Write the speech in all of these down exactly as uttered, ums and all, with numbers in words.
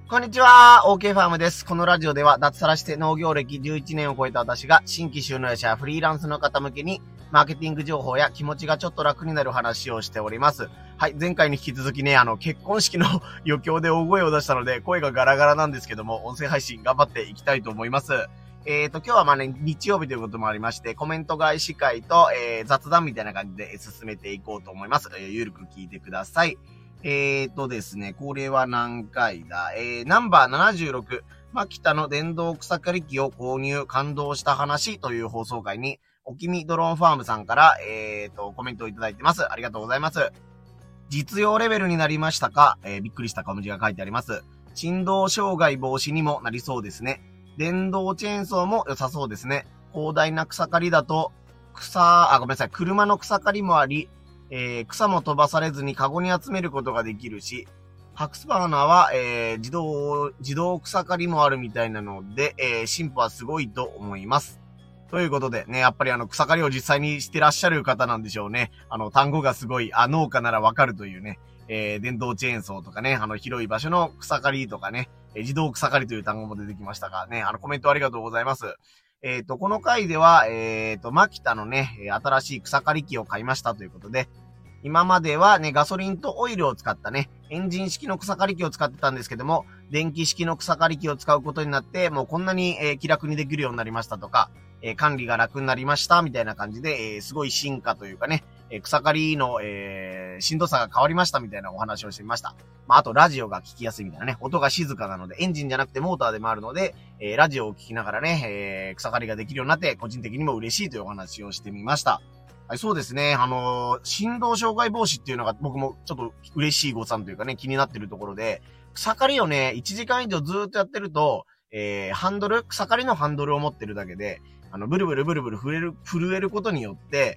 こんにちは、OK ファームです。このラジオでは脱サラして農業歴じゅういちねんを超えた私が新規収納者やフリーランスの方向けにマーケティング情報や気持ちがちょっと楽になる話をしております。はい、前回に引き続きね、あの結婚式の余興で大声を出したので声がガラガラなんですけども、音声配信頑張っていきたいと思います。えーと、今日はまあね、日曜日ということもありまして、コメント返し会と、えー、雑談みたいな感じで進めていこうと思います。えー、ゆるく聞いてください。えーとですね、これは何回だえー、ナンバーななじゅうろく、マキタの電動草刈り機を購入、感動した話という放送回に、おきみドローンファームさんから、えーと、コメントをいただいてます。ありがとうございます。実用レベルになりましたか、えー、びっくりした漢字が書いてあります。振動障害防止にもなりそうですね。電動チェーンソーも良さそうですね。広大な草刈りだと、草、あ、ごめんなさい、車の草刈りもあり、えー、草も飛ばされずにカゴに集めることができるし、ハクスパーナーは、えー、自動、自動草刈りもあるみたいなので、えー、進歩はすごいと思います。ということでね、やっぱりあの草刈りを実際にしてらっしゃる方なんでしょうね。あの単語がすごい、あ、農家ならわかるというね、えー、電動チェーンソーとかね、あの広い場所の草刈りとかね、えー、自動草刈りという単語も出てきましたがね、あのコメントありがとうございます。えっと、この回では、えっと、マキタのね、新しい草刈り機を買いましたということで、今まではね、ガソリンとオイルを使ったね、エンジン式の草刈り機を使ってたんですけども、電気式の草刈り機を使うことになって、もうこんなに、えー、気楽にできるようになりましたとか、えー、管理が楽になりました、みたいな感じで、えー、すごい進化というかね、えー、草刈りの、えー、しんどさが変わりましたみたいなお話をしてみました。まあ、あとラジオが聞きやすいみたいなね、音が静かなので、エンジンじゃなくてモーターでもあるので、えー、ラジオを聞きながらね、えー、草刈りができるようになって、個人的にも嬉しいというお話をしてみました。はい、そうですね。あのー、振動障害防止っていうのが僕もちょっと嬉しい誤算というかね、気になってるところで、草刈りをね、いちじかん以上ずーっとやってると、えー、ハンドル、草刈りのハンドルを持ってるだけで、あの、ブルブルブルブル震える、震えることによって、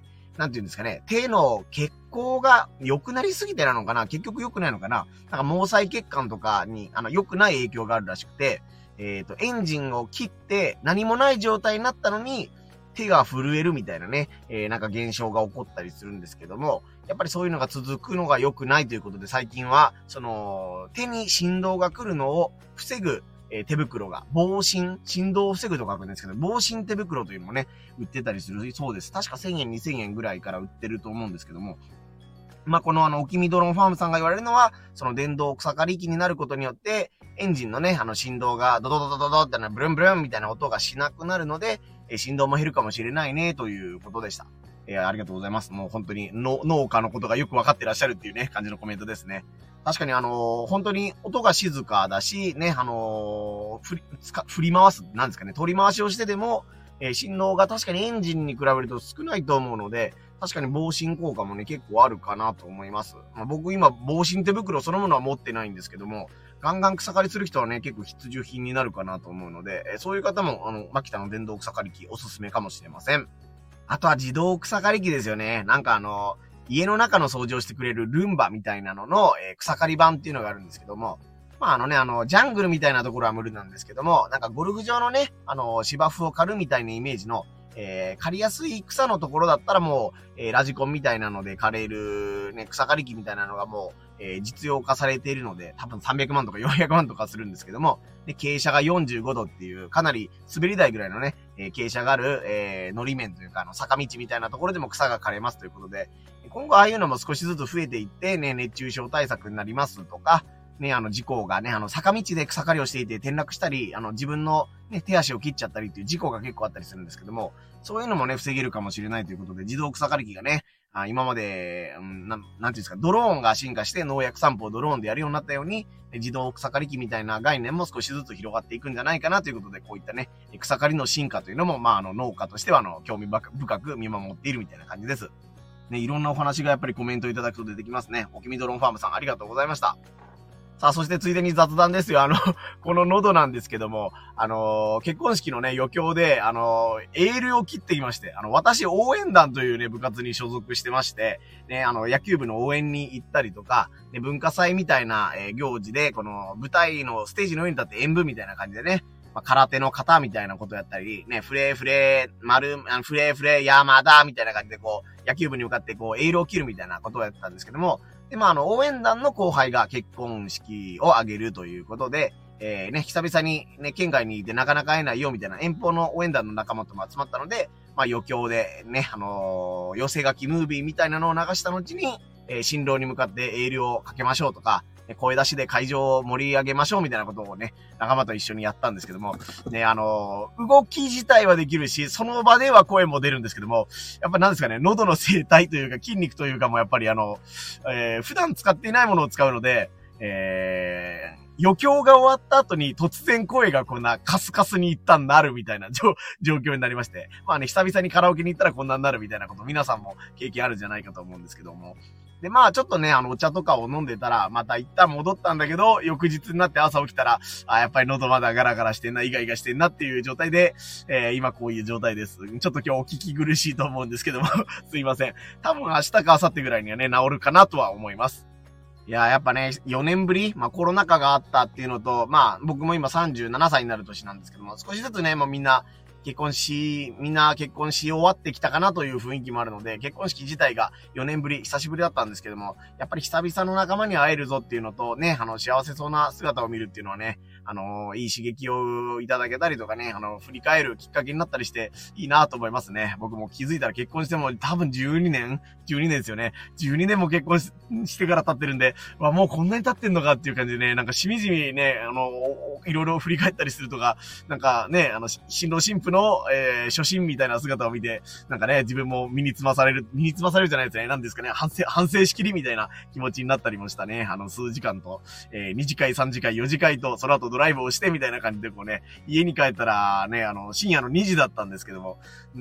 なんていうんですかね、手の血行が良くなりすぎてなのかな、結局良くないのかな、なんか毛細血管とかに、あの、良くない影響があるらしくて、えっと、エンジンを切って何もない状態になったのに、手が震えるみたいなね、えー、なんか現象が起こったりするんですけども、やっぱりそういうのが続くのが良くないということで、最近は、その、手に振動が来るのを防ぐ、えー、手袋が、防振、振動を防ぐと書くんですけど、防振手袋というのもね、売ってたりするそうです。確かせんえん、にせんえんぐらいから売ってると思うんですけども、まあ、このあの、おきみドローンファームさんが言われるのは、その電動草刈り機になることによって、エンジンのね、あの振動がドドドドドドってな、ブルンブルンみたいな音がしなくなるので、え振動も減るかもしれないね、ということでした。えー、ありがとうございます。もう本当にの農家のことがよくわかってらっしゃるっていうね、感じのコメントですね。確かにあのー、本当に音が静かだし、ね、あのー、振り、振り回す、なんですかね、取り回しをしてでも、えー、振動が確かにエンジンに比べると少ないと思うので、確かに防振効果もね、結構あるかなと思います。まあ、僕今、防振手袋そのものは持ってないんですけども、ガンガン草刈りする人はね、結構必需品になるかなと思うので、えそういう方も、あの、マキタの電動草刈り機おすすめかもしれません。あとは自動草刈り機ですよね。なんかあの、家の中の掃除をしてくれるルンバみたいなのの、えー、草刈り版っていうのがあるんですけども、まああのね、あの、ジャングルみたいなところは無理なんですけども、なんかゴルフ場のね、あの、芝生を刈るみたいなイメージの、えー、刈りやすい草のところだったらもう、えー、ラジコンみたいなので刈れる、ね、草刈り機みたいなのがもう、えー、実用化されているので、多分さんびゃくまんとかよんひゃくまんとかするんですけども、で、傾斜がよんじゅうごどっていう、かなり滑り台ぐらいのね、えー、傾斜がある、えー、のり面というか、あの、坂道みたいなところでも草が刈れますということで、今後ああいうのも少しずつ増えていって、ね、熱中症対策になりますとか、ね、あの、事故がね、あの、坂道で草刈りをしていて転落したり、あの、自分のね、手足を切っちゃったりっていう事故が結構あったりするんですけども、そういうのもね、防げるかもしれないということで、自動草刈り機がね、あ今まで、うん、な、なんていうんですか、ドローンが進化して農薬散布をドローンでやるようになったように、自動草刈り機みたいな概念も少しずつ広がっていくんじゃないかなということで、こういったね、草刈りの進化というのも、まあ、あの、農家としては、あの、興味深く見守っているみたいな感じです。ね、いろんなお話がやっぱりコメントいただくと出てきますね。おきみドローンファームさん、ありがとうございました。さあ、そしてついでに雑談ですよ。あの、この喉なんですけども、あのー、結婚式のね、余興で、あのー、エールを切ってきまして、あの、私、応援団というね、部活に所属してまして、ね、あの、野球部の応援に行ったりとか、ね、文化祭みたいな、えー、行事で、この舞台のステージの上に立って演舞みたいな感じでね、まあ、空手の型みたいなことやったり、ね、フレーフレー、丸、あのフレーフレー、山田みたいな感じでこう、野球部に向かってこう、エールを切るみたいなことをやってたんですけども、で、まあ、あの、応援団の後輩が結婚式を挙げるということで、 えー、ね、久々にね、県外にいてなかなか会えないよみたいな遠方の応援団の仲間とも集まったので、まあ余興でね、あのー、寄せ書きムービーみたいなのを流した後に、えー、新郎に向かってエールをかけましょうとか、声出しで会場を盛り上げましょうみたいなことをね、仲間と一緒にやったんですけども、ね、あのー、動き自体はできるし、その場では声も出るんですけども、やっぱなんですかね、喉の声帯というか筋肉というかもやっぱりあの、えー、普段使っていないものを使うので、えー、余興が終わった後に突然声がこんなカスカスに一旦なるみたいな状況になりまして、まあね、久々にカラオケに行ったらこんなになるみたいなこと皆さんも経験あるんじゃないかと思うんですけども、で、まあちょっとね、あの、お茶とかを飲んでたら、また一旦戻ったんだけど、翌日になって朝起きたら、あ、やっぱり喉まだガラガラしてんな、イガイガしてんなっていう状態で、えー、今こういう状態です。ちょっと今日お聞き苦しいと思うんですけども、すいません。多分明日か明後日ぐらいにはね、治るかなとは思います。いや、やっぱね、よねんぶり、まあコロナ禍があったっていうのと、まあ僕も今さんじゅうななさいになる年なんですけども、少しずつね、もうみんな、結婚し、みんな結婚し終わってきたかなという雰囲気もあるので、結婚式自体がよねんぶり、久しぶりだったんですけども、やっぱり久々の仲間に会えるぞっていうのと、ね、あの、幸せそうな姿を見るっていうのはね、あのー、いい刺激をいただけたりとかね、あの、振り返るきっかけになったりして、いいなと思いますね。僕も気づいたら結婚しても多分じゅうにねん ?じゅうに 年ですよね。じゅうにねんも結婚 し, してから経ってるんで、わ、もうこんなに経ってんのかっていう感じでね、なんかしみじみね、あの、いろいろ振り返ったりするとか、なんかね、あの、新郎新婦の、えー、初心みたいな姿を見て、なんかね、自分も身につまされる、身につまされるじゃないですね。なんですかね、反省、反省しきりみたいな気持ちになったりもしたね。あの、数時間と、えー、にじかい、さんじかい、よじかいと、その後ドライブをしてみたいな感じでこうね、家に帰ったらね、あの、深夜のにじだったんですけども、うん、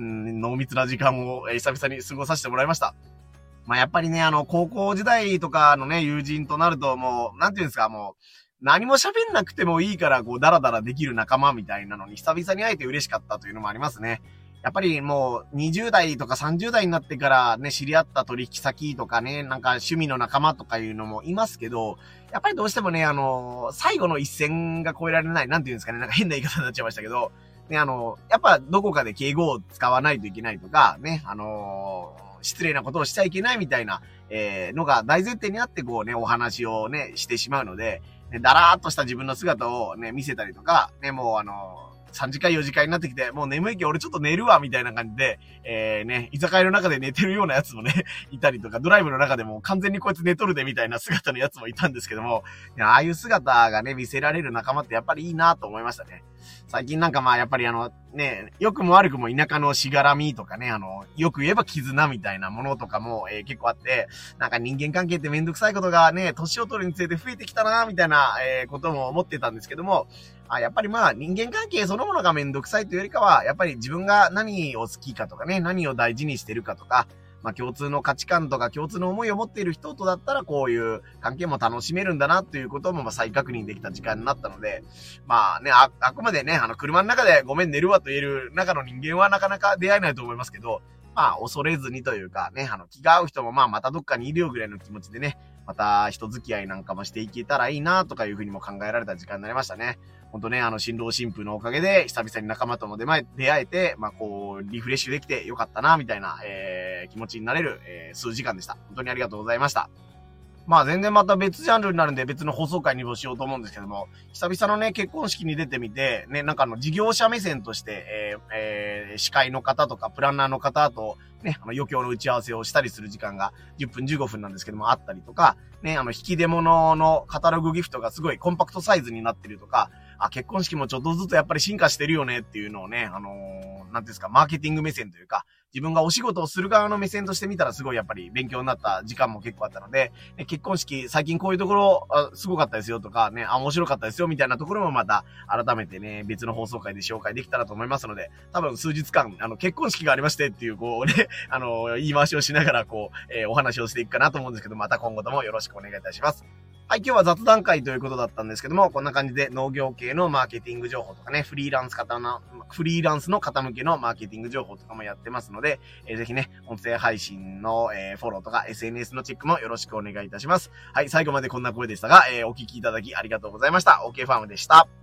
濃密な時間を、えー、久々に過ごさせてもらいました。まあ、やっぱりね、あの、高校時代とかのね、友人となるともう、なんていうんですか、もう、何も喋んなくてもいいから、こう、ダラダラできる仲間みたいなのに、久々に会えて嬉しかったというのもありますね。やっぱりもう、にじゅう代とかさんじゅう代になってからね、知り合った取引先とかね、なんか趣味の仲間とかいうのもいますけど、やっぱりどうしてもね、あの、最後の一線が越えられない、なんていうんですかね、なんか変な言い方になっちゃいましたけど、ね、あの、やっぱどこかで敬語を使わないといけないとか、ね、あの失礼なことをしちゃいけないみたいな、えー、のが大前提にあってこうね、お話をね、してしまうので、ね、だらーっとした自分の姿をね、見せたりとか、ね、もうあの、さんじかいよじかいになってきて、もう眠いけど俺ちょっと寝るわ、みたいな感じで、えー、ね、居酒屋の中で寝てるようなやつもね、いたりとか、ドライブの中でも完全にこいつ寝とるでみたいな姿のやつもいたんですけども、ああいう姿がね、見せられる仲間ってやっぱりいいなと思いましたね。最近なんかまあやっぱりあの、ね、良くも悪くも田舎のしがらみとかね、あの、よく言えば絆みたいなものとかも、えー、結構あって、なんか人間関係ってめんどくさいことがね、年を取るにつれて増えてきたなみたいな、えー、ことも思ってたんですけども、あ、やっぱりまあ人間関係そのものがめんどくさいというよりかは、やっぱり自分が何を好きかとかね、何を大事にしてるかとか、まあ共通の価値観とか共通の思いを持っている人とだったらこういう関係も楽しめるんだなっていうこともまあ再確認できた時間になったので、まあね、あ、あくまでね、あの車の中でごめん寝るわと言える中の人間はなかなか出会えないと思いますけど、まあ恐れずにというかね、あの気が合う人もまあまたどっかにいるよぐらいの気持ちでね、また人付き合いなんかもしていけたらいいなとかいうふうにも考えられた時間になりましたね。ほんとね、あの、新郎新婦のおかげで、久々に仲間とも出会えて、まあ、こう、リフレッシュできてよかったな、みたいな、えー、気持ちになれる、えー、数時間でした。本当にありがとうございました。まあ、全然また別ジャンルになるんで別の放送回にもしようと思うんですけども、久々のね、結婚式に出てみて、ね、なんかあの、事業者目線として、えー、えー、司会の方とか、プランナーの方と、ね、あの、余興の打ち合わせをしたりする時間がじゅっぷんじゅうごふんなんですけども、あったりとか、ね、あの、引き出物のカタログギフトがすごいコンパクトサイズになってるとか、あ、結婚式もちょっとずつやっぱり進化してるよねっていうのをね、あのー、なんていうんですか、マーケティング目線というか、自分がお仕事をする側の目線として見たらすごいやっぱり勉強になった時間も結構あったので、ね、結婚式最近こういうところあすごかったですよとかね、あ、面白かったですよみたいなところもまた改めてね、別の放送回で紹介できたらと思いますので、多分数日間、あの、結婚式がありましてっていう、こうね、あの、言い回しをしながらこう、えー、お話をしていくかなと思うんですけど、また今後ともよろしくお願いいたします。はい、今日は雑談会ということだったんですけども、こんな感じで農業系のマーケティング情報とかね、フリーランス方の、フリーランスの方向けのマーケティング情報とかもやってますので、えー、ぜひね、音声配信の、えー、フォローとか エスエヌエス のチェックもよろしくお願いいたします。はい、最後までこんな声でしたが、えー、お聞きいただきありがとうございました。OK ファームでした。